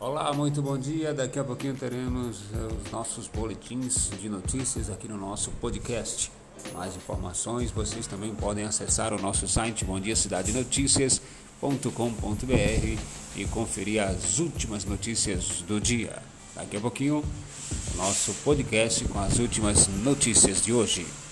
Olá, muito bom dia. Daqui a pouquinho teremos os nossos boletins de notícias aqui no nosso podcast. Mais informações, vocês também podem acessar o nosso site bomdiacidadenoticias.com.br e conferir as últimas notícias do dia. Daqui a pouquinho, o nosso podcast com as últimas notícias de hoje.